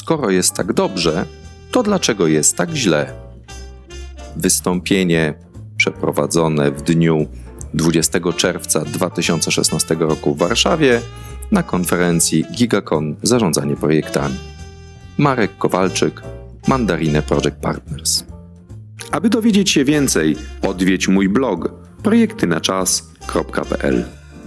skoro jest tak dobrze, to dlaczego jest tak źle? Wystąpienie przeprowadzone w dniu 20 czerwca 2016 roku w Warszawie na konferencji GigaCon Zarządzanie projektami. Marek Kowalczyk, Mandarinę Project Partners. Aby dowiedzieć się więcej, odwiedź mój blog projektynaczas.pl.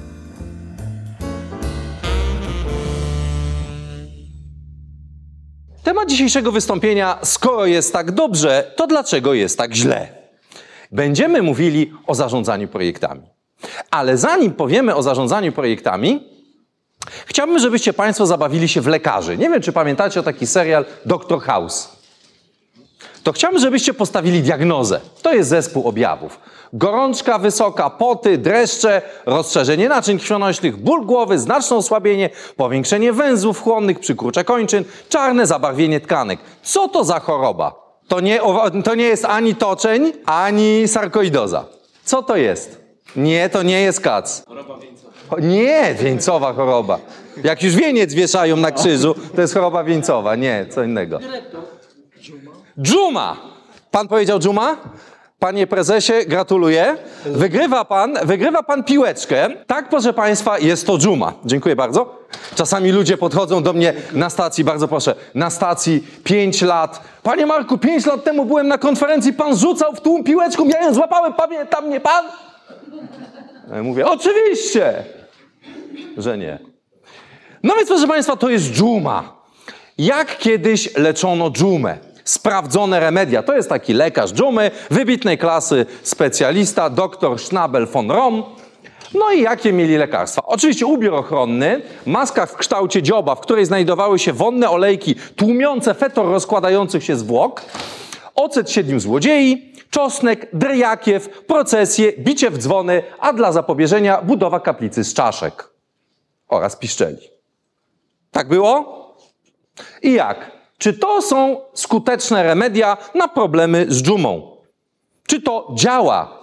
Temat dzisiejszego wystąpienia: skoro jest tak dobrze, to dlaczego jest tak źle? Będziemy mówili o zarządzaniu projektami. Ale zanim powiemy o zarządzaniu projektami, chciałbym, żebyście Państwo zabawili się w lekarzy. Nie wiem, czy pamiętacie o taki serial Dr. House. To chciałbym, żebyście postawili diagnozę. To jest zespół objawów. Gorączka wysoka, poty, dreszcze, rozszerzenie naczyń krwionośnych, ból głowy, znaczne osłabienie, powiększenie węzłów chłonnych, przykurcze kończyn, czarne zabarwienie tkanek. Co to za choroba? To nie jest ani toczeń, ani sarkoidoza. Co to jest? Nie, to nie jest kac. Choroba wieńcowa. Nie, wieńcowa choroba. Jak już wieniec wieszają na krzyżu, to jest choroba wieńcowa. Nie, co innego. Dżuma. Pan powiedział dżuma? Panie prezesie, gratuluję. Wygrywa pan piłeczkę. Tak, proszę Państwa, jest to dżuma. Dziękuję bardzo. Czasami ludzie podchodzą do mnie na stacji, bardzo proszę, na stacji 5 lat. Panie Marku, 5 lat temu byłem na konferencji, pan rzucał w tłum piłeczką, ja ją złapałem, pamięta mnie pan? Ja mówię, oczywiście, że nie. No więc, proszę Państwa, to jest dżuma. Jak kiedyś leczono dżumę? Sprawdzone remedia. To jest taki lekarz dżumy, wybitnej klasy specjalista, dr Schnabel von Rom. No i jakie mieli lekarstwa? Oczywiście ubiór ochronny, maska w kształcie dzioba, w której znajdowały się wonne olejki tłumiące fetor rozkładających się zwłok, ocet 7 złodziei, czosnek, dryjakiew, procesje, bicie w dzwony, a dla zapobieżenia budowa kaplicy z czaszek oraz piszczeli. Tak było? I jak? Czy to są skuteczne remedia na problemy z dżumą? Czy to działa?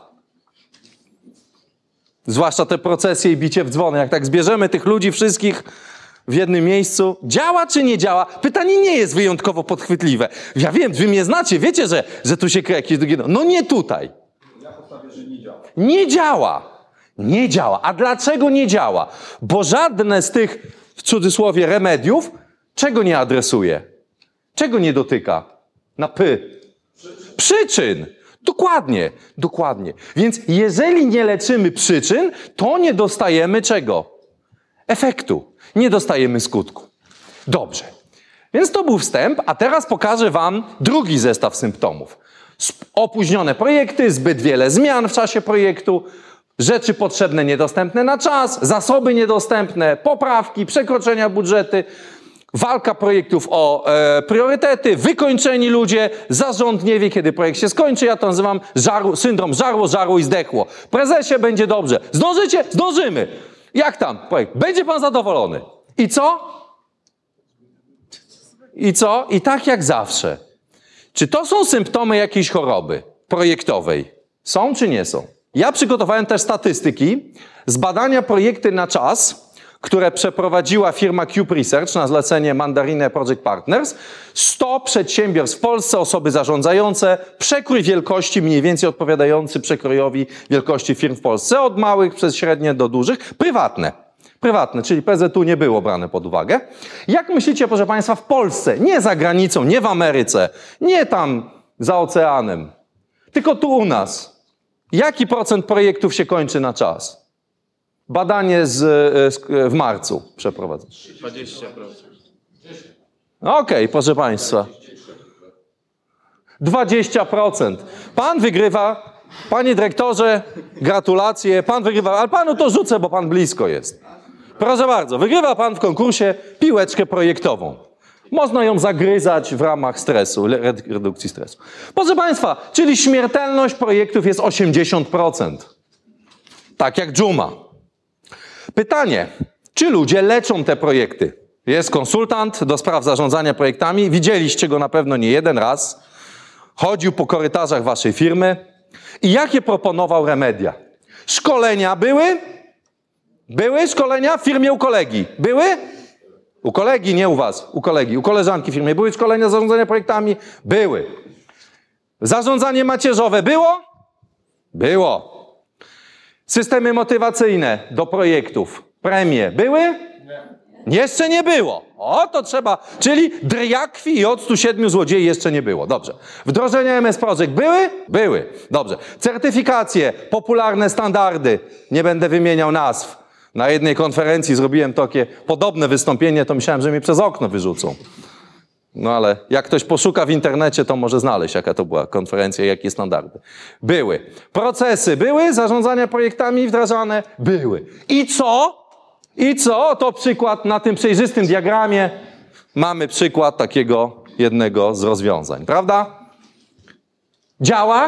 Zwłaszcza te procesje i bicie w dzwony. Jak tak zbierzemy tych ludzi wszystkich w jednym miejscu, działa czy nie działa? Pytanie nie jest wyjątkowo podchwytliwe. Ja wiem, wy mnie znacie, wiecie, że tu się jakieś drugie... No nie tutaj. Ja postawię, że nie działa. Nie działa. Nie działa. A dlaczego nie działa? Bo żadne z tych, w cudzysłowie, remediów, czego nie adresuje? Czego nie dotyka? Na py. Przyczyn. Dokładnie, dokładnie. Więc jeżeli nie leczymy przyczyn, to nie dostajemy czego? Efektu. Nie dostajemy skutku. Dobrze. Więc to był wstęp, a teraz pokażę wam drugi zestaw symptomów. Opóźnione projekty, zbyt wiele zmian w czasie projektu, rzeczy potrzebne niedostępne na czas, zasoby niedostępne, poprawki, przekroczenia budżety, walka projektów o priorytety, wykończeni ludzie, zarząd nie wie, kiedy projekt się skończy. Ja to nazywam syndrom żarło i zdechło. Prezesie, będzie dobrze. Zdążycie? Zdążymy. Jak tam projekt? Będzie pan zadowolony. I co? I co? I tak jak zawsze. Czy to są symptomy jakiejś choroby projektowej? Są czy nie są? Ja przygotowałem też statystyki z badania Projekty na czas, które przeprowadziła firma Cube Research na zlecenie Mandarinę Project Partners. 100 przedsiębiorstw w Polsce, osoby zarządzające, przekrój wielkości mniej więcej odpowiadający przekrojowi wielkości firm w Polsce, od małych przez średnie do dużych, prywatne, czyli PZU nie było brane pod uwagę. Jak myślicie, proszę Państwa, w Polsce, nie za granicą, nie w Ameryce, nie tam za oceanem, tylko tu u nas, jaki procent projektów się kończy na czas? Badanie w marcu przeprowadzone. 20%. Okej, proszę Państwa. 20%. Pan wygrywa, panie dyrektorze, gratulacje, pan wygrywa, ale panu to rzucę, bo pan blisko jest. Proszę bardzo, wygrywa pan w konkursie piłeczkę projektową. Można ją zagryzać w ramach stresu, redukcji stresu. Proszę Państwa, czyli śmiertelność projektów jest 80%. Tak jak dżuma. Pytanie, czy ludzie leczą te projekty? Jest konsultant do spraw zarządzania projektami. Widzieliście go na pewno nie jeden raz. Chodził po korytarzach waszej firmy. I jakie proponował remedia? Szkolenia były? Były szkolenia w firmie u kolegi? Były? U kolegi, nie u was. U kolegi, u koleżanki w firmie. Były szkolenia zarządzania projektami? Były. Zarządzanie macierzowe było? Było. Systemy motywacyjne do projektów, premie były? Nie. Jeszcze nie było. O, to trzeba. Czyli drjakwi i octu 7 złodziei jeszcze nie było. Dobrze. Wdrożenia MS Project były? Były. Dobrze. Certyfikacje, popularne standardy. Nie będę wymieniał nazw. Na jednej konferencji zrobiłem takie podobne wystąpienie, to myślałem, że mnie przez okno wyrzucą. No ale jak ktoś poszuka w internecie, to może znaleźć, jaka to była konferencja i jakie standardy. Były. Procesy były, zarządzania projektami wdrażane? Były. I co? I co? To przykład na tym przejrzystym diagramie. Mamy przykład takiego jednego z rozwiązań, prawda? Działa?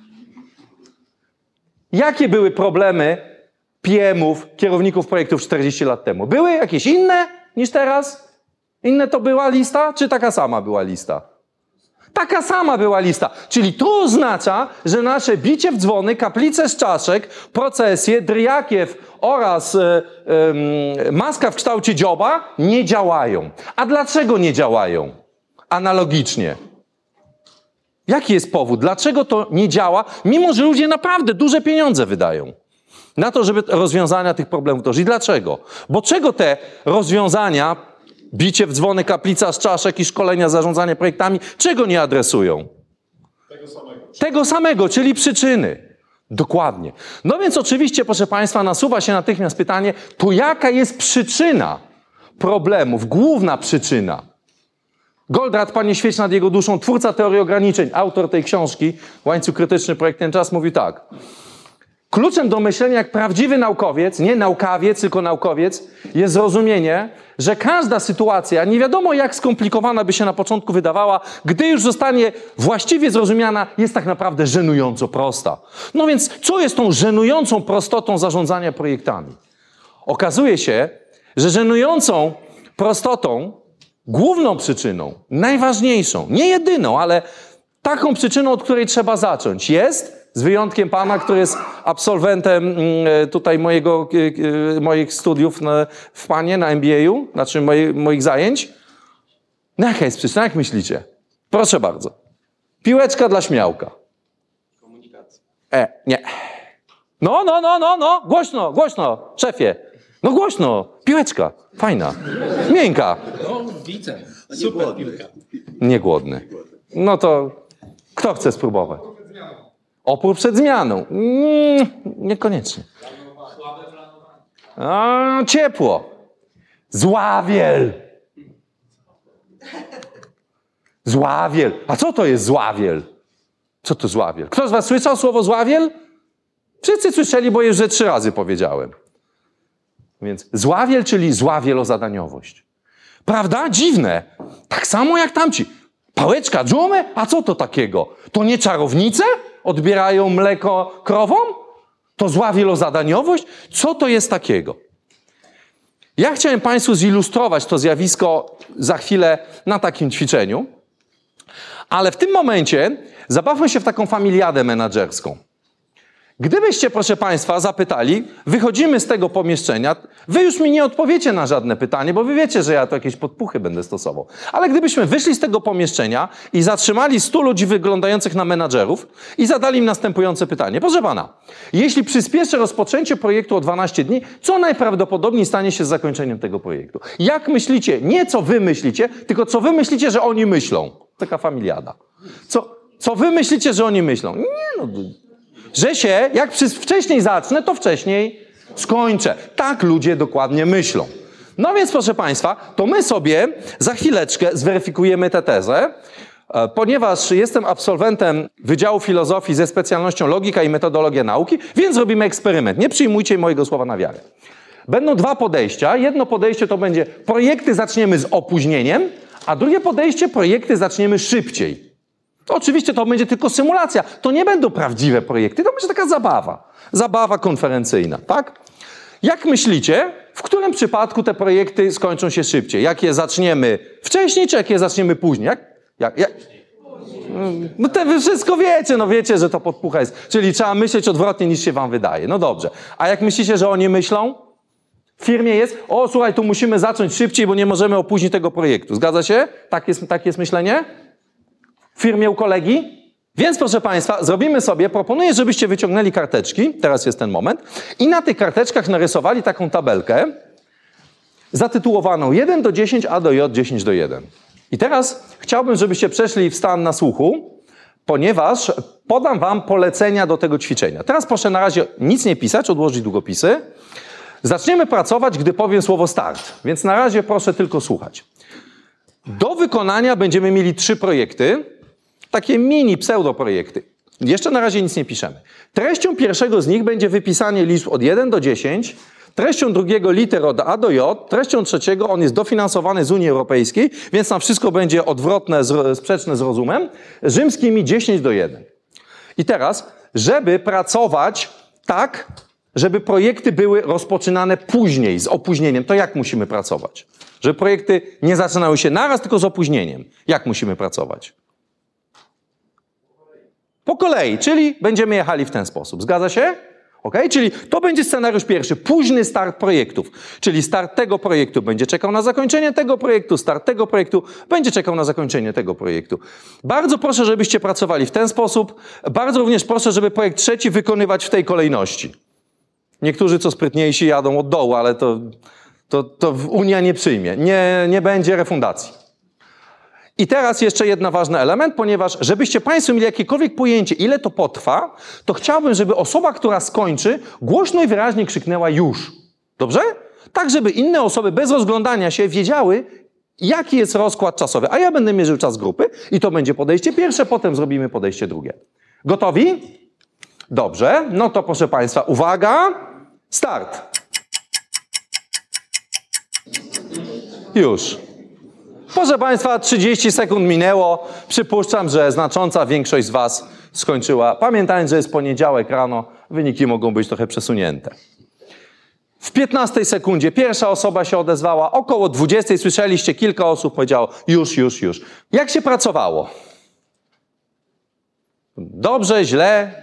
Jakie były problemy PM-ów, kierowników projektów 40 lat temu? Były jakieś inne niż teraz? Inne to była lista, czy taka sama była lista? Taka sama była lista. Czyli to oznacza, że nasze bicie w dzwony, kaplice z czaszek, procesje, drjakiew oraz maska w kształcie dzioba nie działają. A dlaczego nie działają? Analogicznie. Jaki jest powód? Dlaczego to nie działa, mimo że ludzie naprawdę duże pieniądze wydają na to, żeby rozwiązania tych problemów dożyć? Dlaczego? Bo czego te rozwiązania, bicie w dzwony, kaplica z czaszek i szkolenia, zarządzanie projektami, czego nie adresują? Tego samego, czyli przyczyny. Dokładnie. No więc oczywiście, proszę Państwa, nasuwa się natychmiast pytanie, to jaka jest przyczyna problemów, główna przyczyna? Goldratt, Panie świeć nad jego duszą, twórca teorii ograniczeń, autor tej książki, Łańcuch krytyczny, projekt Ten czas, mówi tak. Kluczem do myślenia jak prawdziwy naukowiec, nie naukawiec, tylko naukowiec, jest zrozumienie, że każda sytuacja, nie wiadomo jak skomplikowana by się na początku wydawała, gdy już zostanie właściwie zrozumiana, jest tak naprawdę żenująco prosta. No więc co jest tą żenującą prostotą zarządzania projektami? Okazuje się, że żenującą prostotą, główną przyczyną, najważniejszą, nie jedyną, ale taką przyczyną, od której trzeba zacząć, jest, z wyjątkiem pana, który jest absolwentem tutaj moich studiów w PAN-ie na MBA-u, znaczy moich zajęć. No jaka jest przyczyna? Jak myślicie? Proszę bardzo. Piłeczka dla śmiałka. Komunikacja. Nie. No. Głośno, szefie. No głośno. Piłeczka. Fajna. Miękka. No, widzę. Super piłka. Niegłodny. No to kto chce spróbować? Opór przed zmianą. Niekoniecznie. Ciepło. Zławiel. Zławiel. A co to jest zławiel? Co to zławiel? Kto z was słyszał słowo zławiel? Wszyscy słyszeli, bo już 3 razy powiedziałem. Więc zławiel, czyli zła wielozadaniowość. Prawda? Dziwne. Tak samo jak tamci. Pałeczka dżumy? A co to takiego? To nie czarownice? Odbierają mleko krowom? To zła wielozadaniowość? Co to jest takiego? Ja chciałem Państwu zilustrować to zjawisko za chwilę na takim ćwiczeniu, ale w tym momencie zabawmy się w taką familiadę menadżerską. Gdybyście, proszę Państwa, zapytali, wychodzimy z tego pomieszczenia, wy już mi nie odpowiecie na żadne pytanie, bo wy wiecie, że ja to jakieś podpuchy będę stosował. Ale gdybyśmy wyszli z tego pomieszczenia i zatrzymali 100 ludzi wyglądających na menadżerów i zadali im następujące pytanie. Proszę Pana, jeśli przyspieszę rozpoczęcie projektu o 12 dni, co najprawdopodobniej stanie się z zakończeniem tego projektu? Jak myślicie? Nie co wy myślicie, tylko co wy myślicie, że oni myślą. Taka familiada. Co wy myślicie, że oni myślą? Nie no... Że się, jak wcześniej zacznę, to wcześniej skończę. Tak ludzie dokładnie myślą. No więc, proszę Państwa, to my sobie za chwileczkę zweryfikujemy tę tezę, ponieważ jestem absolwentem Wydziału Filozofii ze specjalnością Logika i Metodologia Nauki, więc robimy eksperyment. Nie przyjmujcie mojego słowa na wiarę. Będą 2 podejścia. Jedno podejście to będzie projekty zaczniemy z opóźnieniem, a drugie podejście projekty zaczniemy szybciej. Oczywiście to będzie tylko symulacja. To nie będą prawdziwe projekty, to będzie taka zabawa. Zabawa konferencyjna, tak? Jak myślicie, w którym przypadku te projekty skończą się szybciej? Jak je zaczniemy wcześniej, czy jak je zaczniemy później? No to wy wszystko wiecie, no wiecie, że to podpucha jest. Czyli trzeba myśleć odwrotnie niż się wam wydaje. No dobrze. A jak myślicie, że oni myślą? W firmie jest, o słuchaj, tu musimy zacząć szybciej, bo nie możemy opóźnić tego projektu. Zgadza się? Tak jest myślenie? W firmie u kolegi? Więc proszę Państwa, zrobimy sobie, proponuję, żebyście wyciągnęli karteczki, teraz jest ten moment, i na tych karteczkach narysowali taką tabelkę zatytułowaną 1 do 10, A do J, 10 do 1. I teraz chciałbym, żebyście przeszli w stan nasłuchu, ponieważ podam Wam polecenia do tego ćwiczenia. Teraz proszę na razie nic nie pisać, odłożyć długopisy. Zaczniemy pracować, gdy powiem słowo start, więc na razie proszę tylko słuchać. Do wykonania będziemy mieli 3 projekty, takie mini pseudoprojekty. Jeszcze na razie nic nie piszemy. Treścią pierwszego z nich będzie wypisanie liczb od 1 do 10, treścią drugiego liter od A do J, treścią trzeciego on jest dofinansowany z Unii Europejskiej, więc tam wszystko będzie odwrotne, sprzeczne z rozumem, rzymskimi 10 do 1. I teraz, żeby pracować tak, żeby projekty były rozpoczynane później, z opóźnieniem, to jak musimy pracować? Żeby projekty nie zaczynały się naraz, tylko z opóźnieniem. Jak musimy pracować? Po kolei, czyli będziemy jechali w ten sposób. Zgadza się? Okay? Czyli to będzie scenariusz pierwszy. Późny start projektów. Czyli start tego projektu będzie czekał na zakończenie tego projektu, start tego projektu będzie czekał na zakończenie tego projektu. Bardzo proszę, żebyście pracowali w ten sposób. Bardzo również proszę, żeby projekt trzeci wykonywać w tej kolejności. Niektórzy, co sprytniejsi, jadą od dołu, ale to Unia nie przyjmie. Nie będzie refundacji. I teraz jeszcze jeden ważny element, ponieważ żebyście Państwo mieli jakiekolwiek pojęcie, ile to potrwa, to chciałbym, żeby osoba, która skończy, głośno i wyraźnie krzyknęła już. Dobrze? Tak, żeby inne osoby bez rozglądania się wiedziały, jaki jest rozkład czasowy. A ja będę mierzył czas grupy i to będzie podejście pierwsze, potem zrobimy podejście drugie. Gotowi? Dobrze. No to proszę Państwa, uwaga, start. Już. Proszę Państwa, 30 sekund minęło. Przypuszczam, że znacząca większość z Was skończyła. Pamiętajcie, że jest poniedziałek rano, wyniki mogą być trochę przesunięte. W 15 sekundzie pierwsza osoba się odezwała, około 20 słyszeliście, kilka osób powiedziało już. Jak się pracowało? Dobrze, źle?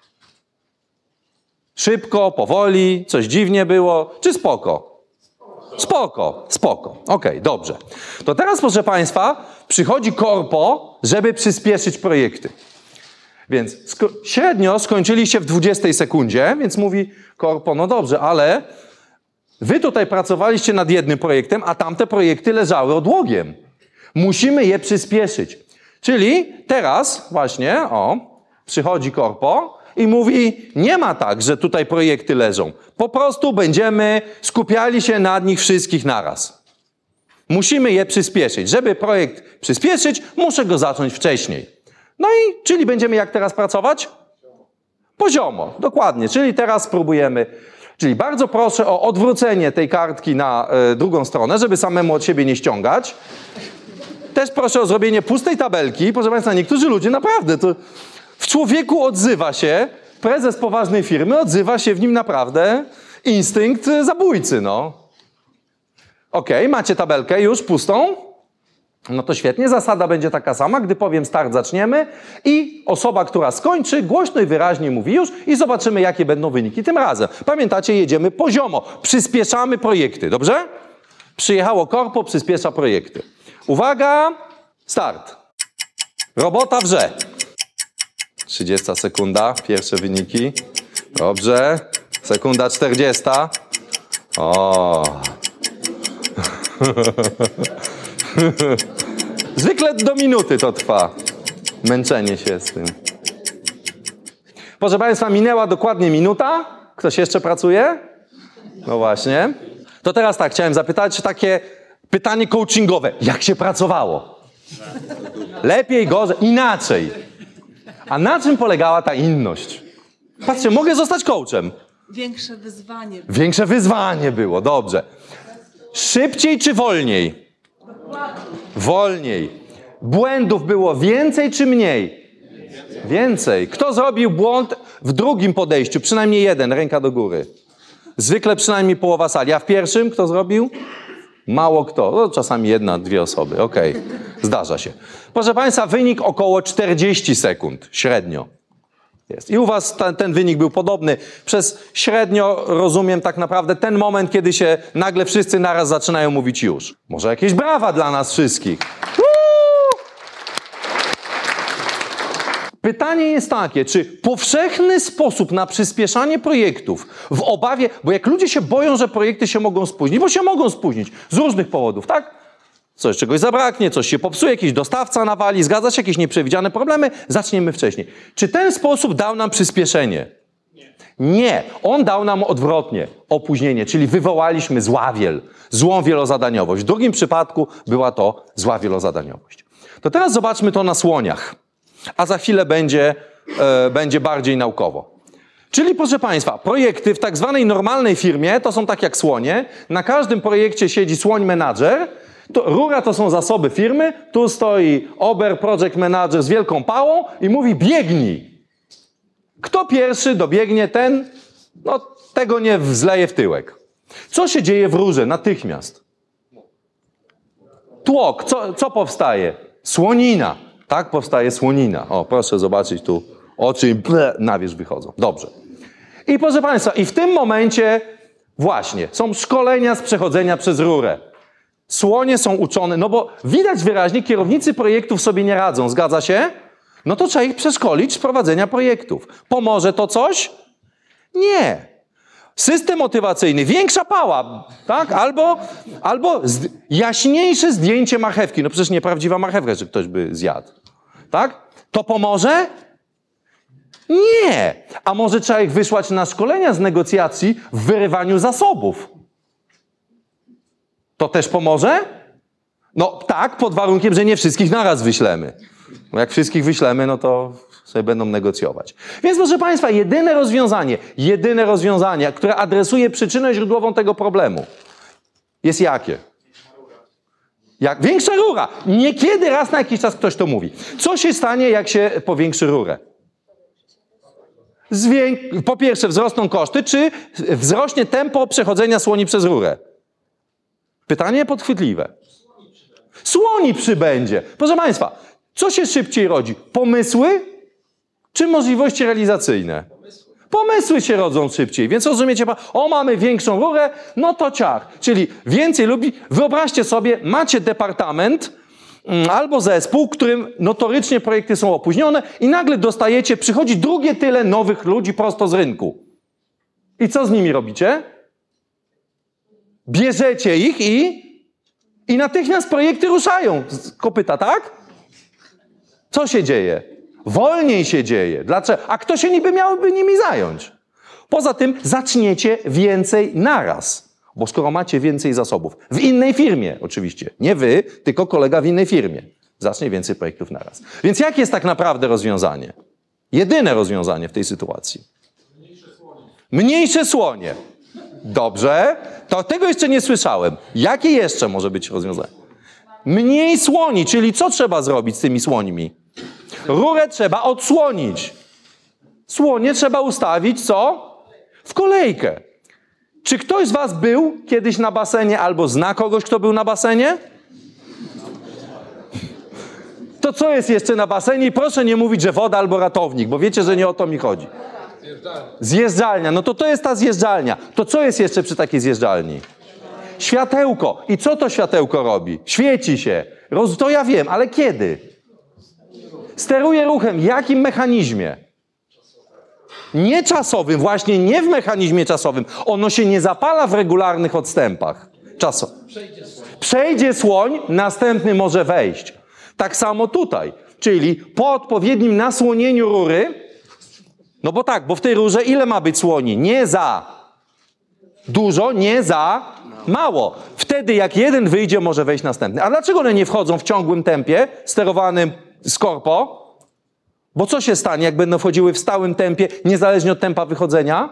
Szybko, powoli? Coś dziwnie było? Czy spoko? Spoko. Okej, dobrze. To teraz, proszę Państwa, przychodzi korpo, żeby przyspieszyć projekty. Więc średnio skończyliście w 20 sekundzie, więc mówi korpo, no dobrze, ale Wy tutaj pracowaliście nad jednym projektem, a tamte projekty leżały odłogiem. Musimy je przyspieszyć. Czyli teraz właśnie, przychodzi korpo i mówi, nie ma tak, że tutaj projekty leżą. Po prostu będziemy skupiali się nad nich wszystkich naraz. Musimy je przyspieszyć. Żeby projekt przyspieszyć, muszę go zacząć wcześniej. No i, czyli będziemy jak teraz pracować? Poziomo, dokładnie. Czyli teraz spróbujemy. Czyli bardzo proszę o odwrócenie tej kartki na drugą stronę, żeby samemu od siebie nie ściągać. Też proszę o zrobienie pustej tabelki. Proszę Państwa, niektórzy ludzie naprawdę, to w człowieku odzywa się, prezes poważnej firmy, odzywa się w nim naprawdę instynkt zabójcy, no. Okej, macie tabelkę już pustą? No to świetnie, zasada będzie taka sama, gdy powiem start, zaczniemy i osoba, która skończy, głośno i wyraźnie mówi już i zobaczymy, jakie będą wyniki tym razem. Pamiętacie, jedziemy poziomo, przyspieszamy projekty, dobrze? Przyjechało korpo, przyspiesza projekty. Uwaga, start. Robota wrze. 30 sekunda, pierwsze wyniki. Dobrze. Sekunda 40. Zwykle do minuty to trwa. Męczenie się z tym. Proszę Państwa, minęła dokładnie minuta. Ktoś jeszcze pracuje? No właśnie. To teraz tak, chciałem zapytać takie pytanie coachingowe. Jak się pracowało? Lepiej, gorzej, inaczej. A na czym polegała ta inność? Patrzcie, mogę zostać coachem. Większe wyzwanie. Większe wyzwanie było, dobrze. Szybciej czy wolniej? Wolniej. Błędów było więcej czy mniej? Więcej. Kto zrobił błąd w drugim podejściu? Przynajmniej jeden, ręka do góry. Zwykle przynajmniej połowa sali. A w pierwszym kto zrobił? Mało kto. No, czasami jedna, dwie osoby. Okej. Zdarza się. Proszę Państwa, wynik około 40 sekund. Średnio. Jest. I u was ten wynik był podobny. Przez średnio rozumiem tak naprawdę ten moment, kiedy się nagle wszyscy naraz zaczynają mówić już. Może jakieś brawa dla nas wszystkich. Pytanie jest takie, czy powszechny sposób na przyspieszanie projektów w obawie, bo jak ludzie się boją, że projekty się mogą spóźnić, bo się mogą spóźnić z różnych powodów, tak? Coś czegoś zabraknie, coś się popsuje, jakiś dostawca nawali, zgadza się, jakieś nieprzewidziane problemy, zaczniemy wcześniej. Czy ten sposób dał nam przyspieszenie? Nie. On dał nam odwrotnie, opóźnienie, czyli wywołaliśmy złą wielozadaniowość. W drugim przypadku była to zła wielozadaniowość. To teraz zobaczmy to na słoniach, a za chwilę będzie bardziej naukowo. Czyli, proszę Państwa, projekty w tak zwanej normalnej firmie to są tak jak słonie. Na każdym projekcie siedzi słoń menadżer. Rura to są zasoby firmy. Tu stoi project manager z wielką pałą i mówi biegnij. Kto pierwszy dobiegnie, ten, tego nie wzleje w tyłek. Co się dzieje w rurze natychmiast? Tłok. Co powstaje? Słonina. Tak powstaje słonina. O, proszę zobaczyć tu. Oczy na wierzch wychodzą. Dobrze. I proszę Państwa, i w tym momencie właśnie są szkolenia z przechodzenia przez rurę. Słonie są uczone, no bo widać wyraźnie, kierownicy projektów sobie nie radzą, zgadza się? No to trzeba ich przeszkolić z prowadzenia projektów. Pomoże to coś? Nie. System motywacyjny, większa pała, tak? Albo jaśniejsze zdjęcie marchewki. No przecież nieprawdziwa marchewka, że ktoś by zjadł. Tak? To pomoże? Nie. A może trzeba ich wysłać na szkolenia z negocjacji w wyrywaniu zasobów? To też pomoże? No tak, pod warunkiem, że nie wszystkich naraz wyślemy. Bo jak wszystkich wyślemy, no to sobie będą negocjować. Więc proszę Państwa, jedyne rozwiązanie, które adresuje przyczynę źródłową tego problemu, jest jakie? Większa rura. Niekiedy raz na jakiś czas ktoś to mówi. Co się stanie, jak się powiększy rurę? Po pierwsze wzrosną koszty, czy wzrośnie tempo przechodzenia słoni przez rurę? Pytanie podchwytliwe. Słoni przybędzie. Proszę Państwa, co się szybciej rodzi? Pomysły czy możliwości realizacyjne? Pomysły się rodzą szybciej, więc rozumiecie, mamy większą rurę, no to ciach. Czyli więcej lubi. Wyobraźcie sobie, macie departament albo zespół, którym notorycznie projekty są opóźnione i nagle przychodzi drugie tyle nowych ludzi prosto z rynku. I co z nimi robicie? Bierzecie ich i natychmiast projekty ruszają z kopyta, tak? Co się dzieje? Wolniej się dzieje. Dlaczego? A kto się niby miałby nimi zająć? Poza tym zaczniecie więcej naraz. Bo skoro macie więcej zasobów, w innej firmie oczywiście, nie wy, tylko kolega w innej firmie, zacznie więcej projektów naraz. Więc jakie jest tak naprawdę rozwiązanie? Jedyne rozwiązanie w tej sytuacji. Mniejsze słonie. Dobrze, to tego jeszcze nie słyszałem. Jakie jeszcze może być rozwiązanie? Mniej słoni, czyli co trzeba zrobić z tymi słońmi? Rurę trzeba odsłonić. Słonie trzeba ustawić co? W kolejkę. Czy ktoś z was był kiedyś na basenie albo zna kogoś, kto był na basenie? To co jest jeszcze na basenie? I proszę nie mówić, że woda albo ratownik, bo wiecie, że nie o to mi chodzi. Zjeżdżalnia. No to jest ta zjeżdżalnia. To co jest jeszcze przy takiej zjeżdżalni? Światełko. I co to światełko robi? Świeci się. To ja wiem, ale kiedy? Steruje ruchem. Jakim mechanizmie? Nie czasowym. Właśnie nie w mechanizmie czasowym. Ono się nie zapala w regularnych odstępach. Przejdzie słoń, następny może wejść. Tak samo tutaj. Czyli po odpowiednim nasłonieniu rury. No bo w tej rurze ile ma być słoni? Nie za dużo, nie za mało. Wtedy jak jeden wyjdzie, może wejść następny. A dlaczego one nie wchodzą w ciągłym tempie, sterowanym z korpo? Bo co się stanie, jak będą wchodziły w stałym tempie, niezależnie od tempa wychodzenia?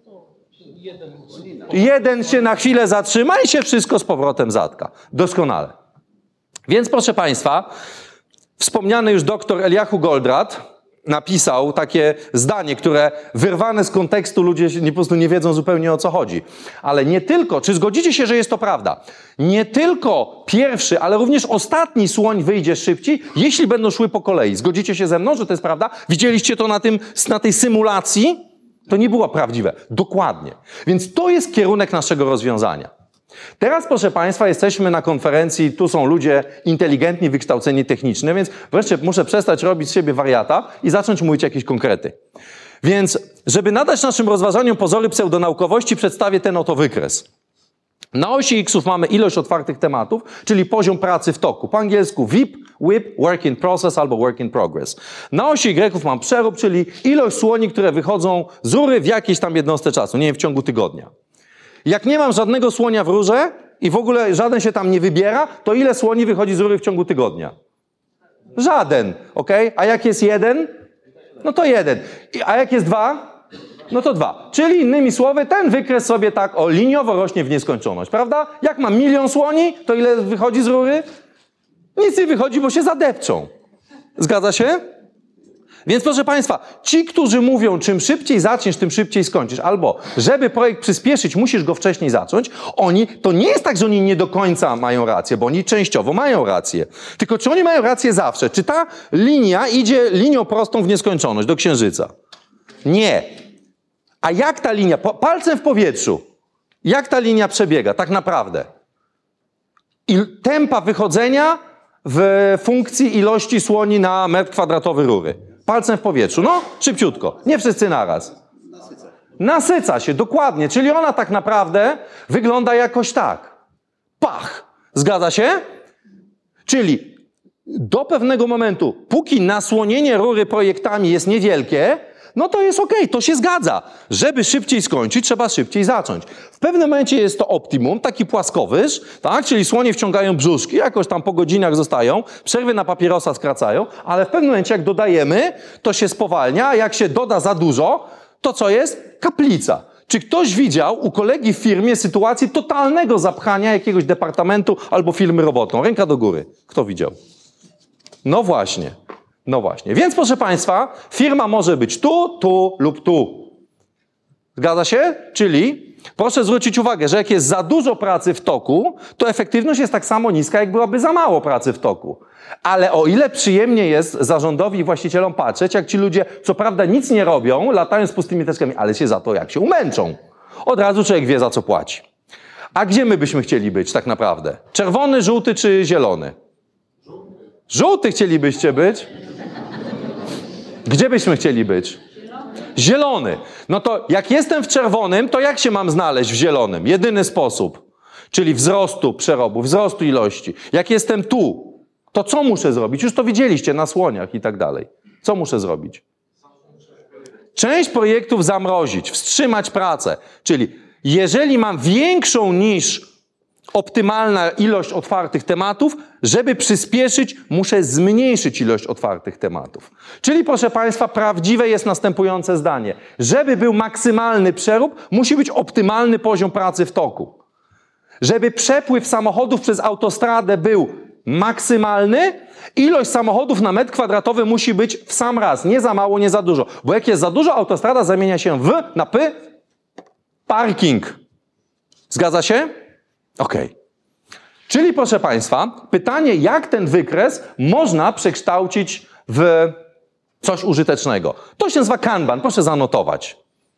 Jeden się na chwilę zatrzyma i się wszystko z powrotem zatka. Doskonale. Więc proszę Państwa, wspomniany już doktor Eliahu Goldratt napisał takie zdanie, które wyrwane z kontekstu ludzie po prostu nie wiedzą zupełnie o co chodzi. Ale nie tylko, czy zgodzicie się, że jest to prawda? Nie tylko pierwszy, ale również ostatni słoń wyjdzie szybciej, jeśli będą szły po kolei. Zgodzicie się ze mną, że to jest prawda? Widzieliście to na tej symulacji? To nie było prawdziwe. Dokładnie. Więc to jest kierunek naszego rozwiązania. Teraz, proszę Państwa, jesteśmy na konferencji, tu są ludzie inteligentni, wykształceni technicznie, więc wreszcie muszę przestać robić z siebie wariata i zacząć mówić jakieś konkrety. Więc, żeby nadać naszym rozważaniom pozory pseudonaukowości, przedstawię ten oto wykres. Na osi X-ów mamy ilość otwartych tematów, czyli poziom pracy w toku. Po angielsku WIP, Work in Process albo Work in Progress. Na osi Y-ów mam przerób, czyli ilość słoni, które wychodzą z rury w jakiejś tam jednostce czasu, nie wiem, w ciągu tygodnia. Jak nie mam żadnego słonia w rurze i w ogóle żaden się tam nie wybiera, to ile słoni wychodzi z rury w ciągu tygodnia? Żaden, ok? A jak jest jeden? No to jeden. A jak jest dwa? No to dwa. Czyli innymi słowy, ten wykres sobie tak liniowo rośnie w nieskończoność, prawda? Jak mam 1 000 000 słoni, to ile wychodzi z rury? Nic nie wychodzi, bo się zadepczą. Zgadza się? Więc proszę Państwa, ci, którzy mówią, czym szybciej zaczniesz, tym szybciej skończysz, albo żeby projekt przyspieszyć, musisz go wcześniej zacząć, to nie jest tak, że oni nie do końca mają rację, bo oni częściowo mają rację. Tylko czy oni mają rację zawsze? Czy ta linia idzie linią prostą w nieskończoność, do Księżyca? Nie. A jak ta linia, palcem w powietrzu, jak ta linia przebiega tak naprawdę? I tempa wychodzenia w funkcji ilości słoni na metr kwadratowy rury. Palcem w powietrzu. No, szybciutko. Nie wszyscy naraz. Nasyca się, dokładnie. Czyli ona tak naprawdę wygląda jakoś tak. Pach. Zgadza się? Czyli do pewnego momentu, póki nasłonienie rury projektami jest niewielkie, no to jest okej, to się zgadza. Żeby szybciej skończyć, trzeba szybciej zacząć. W pewnym momencie jest to optimum, taki płaskowyż, tak? Czyli słonie wciągają brzuszki, jakoś tam po godzinach zostają, przerwy na papierosa skracają, ale w pewnym momencie jak dodajemy, to się spowalnia, a jak się doda za dużo, to co jest? Kaplica. Czy ktoś widział u kolegi w firmie sytuację totalnego zapchania jakiegoś departamentu albo firmy robotą? Ręka do góry. Kto widział? No właśnie. No właśnie. Więc proszę Państwa, firma może być tu lub tu. Zgadza się? Czyli proszę zwrócić uwagę, że jak jest za dużo pracy w toku, to efektywność jest tak samo niska, jak byłaby za mało pracy w toku. Ale o ile przyjemnie jest zarządowi i właścicielom patrzeć, jak ci ludzie co prawda nic nie robią, latają z pustymi teczkami, ale się za to jak się umęczą. Od razu człowiek wie, za co płaci. A gdzie my byśmy chcieli być tak naprawdę? Czerwony, żółty czy zielony? Żółty chcielibyście być? Gdzie byśmy chcieli być? Zielony. No to jak jestem w czerwonym, to jak się mam znaleźć w zielonym? Jedyny sposób. Czyli wzrostu przerobu, wzrostu ilości. Jak jestem tu, to co muszę zrobić? Już to widzieliście na słoniach i tak dalej. Co muszę zrobić? Część projektów zamrozić, wstrzymać pracę. Czyli jeżeli mam większą niż optymalna ilość otwartych tematów, żeby przyspieszyć, muszę zmniejszyć ilość otwartych tematów. Czyli, proszę Państwa, prawdziwe jest następujące zdanie. Żeby był maksymalny przerób, musi być optymalny poziom pracy w toku. Żeby przepływ samochodów przez autostradę był maksymalny, ilość samochodów na metr kwadratowy musi być w sam raz. Nie za mało, nie za dużo. Bo jak jest za dużo, autostrada zamienia się na parking. Zgadza się? Okej. Czyli, proszę Państwa, pytanie, jak ten wykres można przekształcić w coś użytecznego. To się nazywa Kanban, proszę zanotować.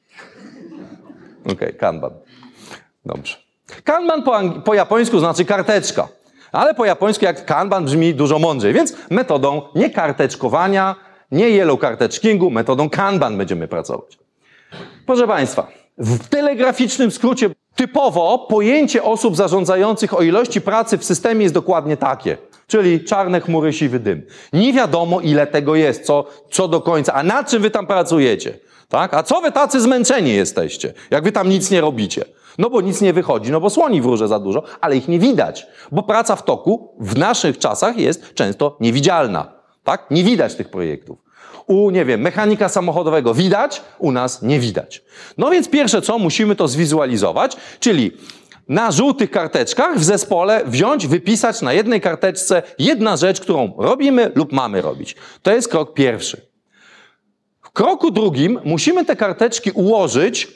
Okej, Kanban. Dobrze. Kanban po japońsku znaczy karteczka, ale po japońsku jak Kanban brzmi dużo mądrzej, więc metodą nie karteczkowania, nie yellow karteczkingu, metodą Kanban będziemy pracować. Proszę Państwa, w telegraficznym skrócie typowo pojęcie osób zarządzających o ilości pracy w systemie jest dokładnie takie. Czyli czarne chmury, siwy dym. Nie wiadomo, ile tego jest, co do końca. A nad czym wy tam pracujecie? Tak? A co wy tacy zmęczeni jesteście, jak wy tam nic nie robicie? No bo nic nie wychodzi, no bo słoni w rurze za dużo, ale ich nie widać. Bo praca w toku w naszych czasach jest często niewidzialna. Tak? Nie widać tych projektów. Nie wiem, mechanika samochodowego widać, u nas nie widać. No więc pierwsze co, musimy to zwizualizować, czyli na żółtych karteczkach w zespole wziąć, wypisać na jednej karteczce jedna rzecz, którą robimy lub mamy robić. To jest krok pierwszy. kroku drugim musimy te karteczki ułożyć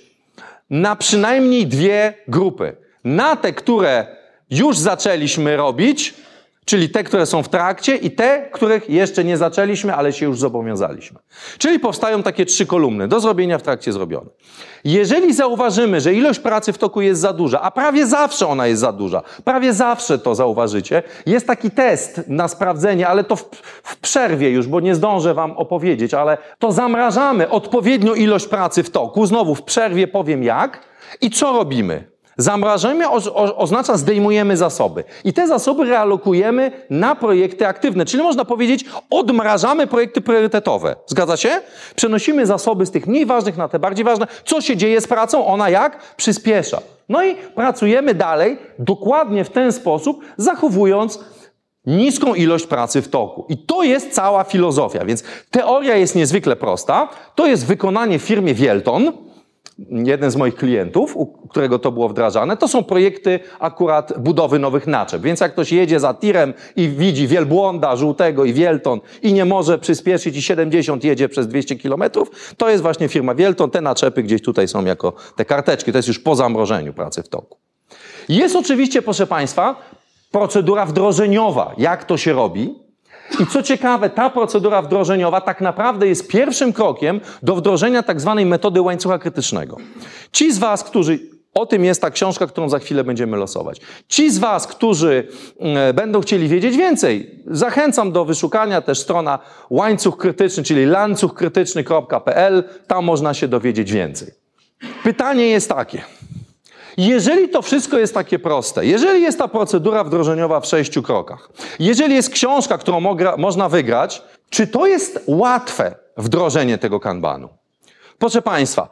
na przynajmniej dwie grupy. Na te, które już zaczęliśmy robić, czyli te, które są w trakcie i te, których jeszcze nie zaczęliśmy, ale się już zobowiązaliśmy. Czyli powstają takie 3 kolumny, do zrobienia w trakcie zrobione. Jeżeli zauważymy, że ilość pracy w toku jest za duża, a prawie zawsze ona jest za duża, prawie zawsze to zauważycie, jest taki test na sprawdzenie, ale to w przerwie już, bo nie zdążę wam opowiedzieć, ale to zamrażamy odpowiednią ilość pracy w toku, znowu w przerwie powiem jak i co robimy. Zamrażamy oznacza zdejmujemy zasoby i te zasoby realokujemy na projekty aktywne, czyli można powiedzieć odmrażamy projekty priorytetowe. Zgadza się? Przenosimy zasoby z tych mniej ważnych na te bardziej ważne. Co się dzieje z pracą? Ona jak? Przyspiesza. No i pracujemy dalej dokładnie w ten sposób, zachowując niską ilość pracy w toku. I to jest cała filozofia, więc teoria jest niezwykle prosta. To jest wykonanie w firmie Wielton. Jeden z moich klientów, u którego to było wdrażane, to są projekty akurat budowy nowych naczep. Więc jak ktoś jedzie za tirem i widzi wielbłąda żółtego i Wielton i nie może przyspieszyć i 70 jedzie przez 200 km, to jest właśnie firma Wielton. Te naczepy gdzieś tutaj są jako te karteczki. To jest już po zamrożeniu pracy w toku. Jest oczywiście, proszę Państwa, procedura wdrożeniowa. Jak to się robi? I co ciekawe, ta procedura wdrożeniowa tak naprawdę jest pierwszym krokiem do wdrożenia tak zwanej metody łańcucha krytycznego. Ci z was, którzy... O tym jest ta książka, którą za chwilę będziemy losować. Ci z was, którzy będą chcieli wiedzieć więcej, zachęcam do wyszukania też strona łańcuch krytyczny, czyli lancuchkrytyczny.pl. Tam można się dowiedzieć więcej. Pytanie jest takie. Jeżeli to wszystko jest takie proste, jeżeli jest ta procedura wdrożeniowa w 6 krokach, jeżeli jest książka, którą można wygrać, czy to jest łatwe wdrożenie tego kanbanu? Proszę Państwa,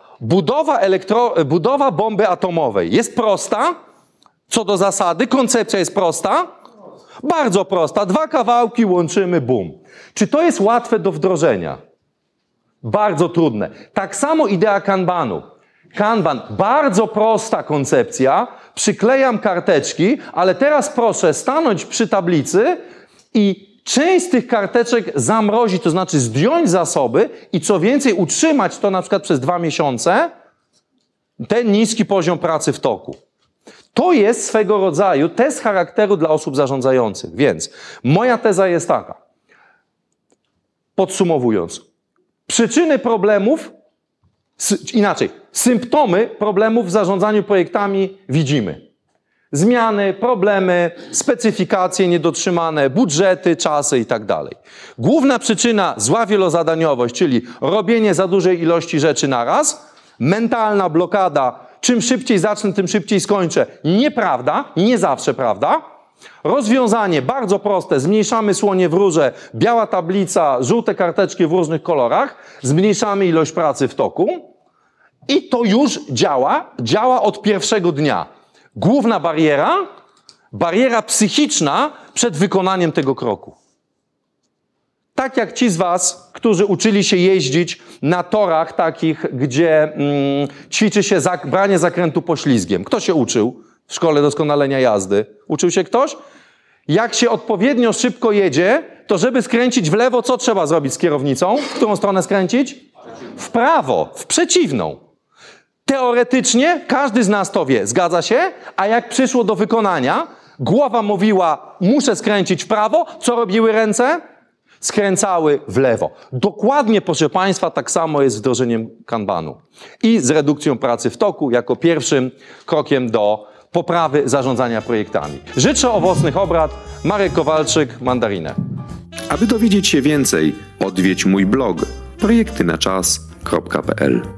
budowa bomby atomowej jest prosta, co do zasady, koncepcja jest prosta, bardzo prosta, 2 kawałki łączymy, bum. Czy to jest łatwe do wdrożenia? Bardzo trudne. Tak samo idea kanbanu. Kanban, bardzo prosta koncepcja, przyklejam karteczki, ale teraz proszę stanąć przy tablicy i część z tych karteczek zamrozić, to znaczy zdjąć zasoby i co więcej utrzymać to na przykład przez 2 miesiące, ten niski poziom pracy w toku. To jest swego rodzaju test charakteru dla osób zarządzających, więc moja teza jest taka, podsumowując, przyczyny problemów, inaczej, symptomy problemów w zarządzaniu projektami widzimy. Zmiany, problemy, specyfikacje niedotrzymane, budżety, czasy i tak dalej. Główna przyczyna zła wielozadaniowość, czyli robienie za dużej ilości rzeczy naraz, mentalna blokada, czym szybciej zacznę, tym szybciej skończę. Nieprawda, nie zawsze prawda. Rozwiązanie bardzo proste, zmniejszamy słonie w rurze, biała tablica, żółte karteczki w różnych kolorach, zmniejszamy ilość pracy w toku i to już działa od pierwszego dnia. Główna bariera psychiczna przed wykonaniem tego kroku. Tak jak ci z was, którzy uczyli się jeździć na torach takich, gdzie ćwiczy się branie zakrętu poślizgiem. Kto się uczył w szkole doskonalenia jazdy? Uczył się ktoś? Jak się odpowiednio szybko jedzie, to żeby skręcić w lewo, co trzeba zrobić z kierownicą? W którą stronę skręcić? W prawo, w przeciwną. Teoretycznie każdy z nas to wie, zgadza się? A jak przyszło do wykonania, głowa mówiła, muszę skręcić w prawo, co robiły ręce? Skręcały w lewo. Dokładnie, proszę Państwa, tak samo jest z wdrożeniem kanbanu i z redukcją pracy w toku jako pierwszym krokiem do poprawy zarządzania projektami. Życzę owocnych obrad. Marek Kowalczyk, Mandarinę. Aby dowiedzieć się więcej, odwiedź mój blog projektynaczas.pl.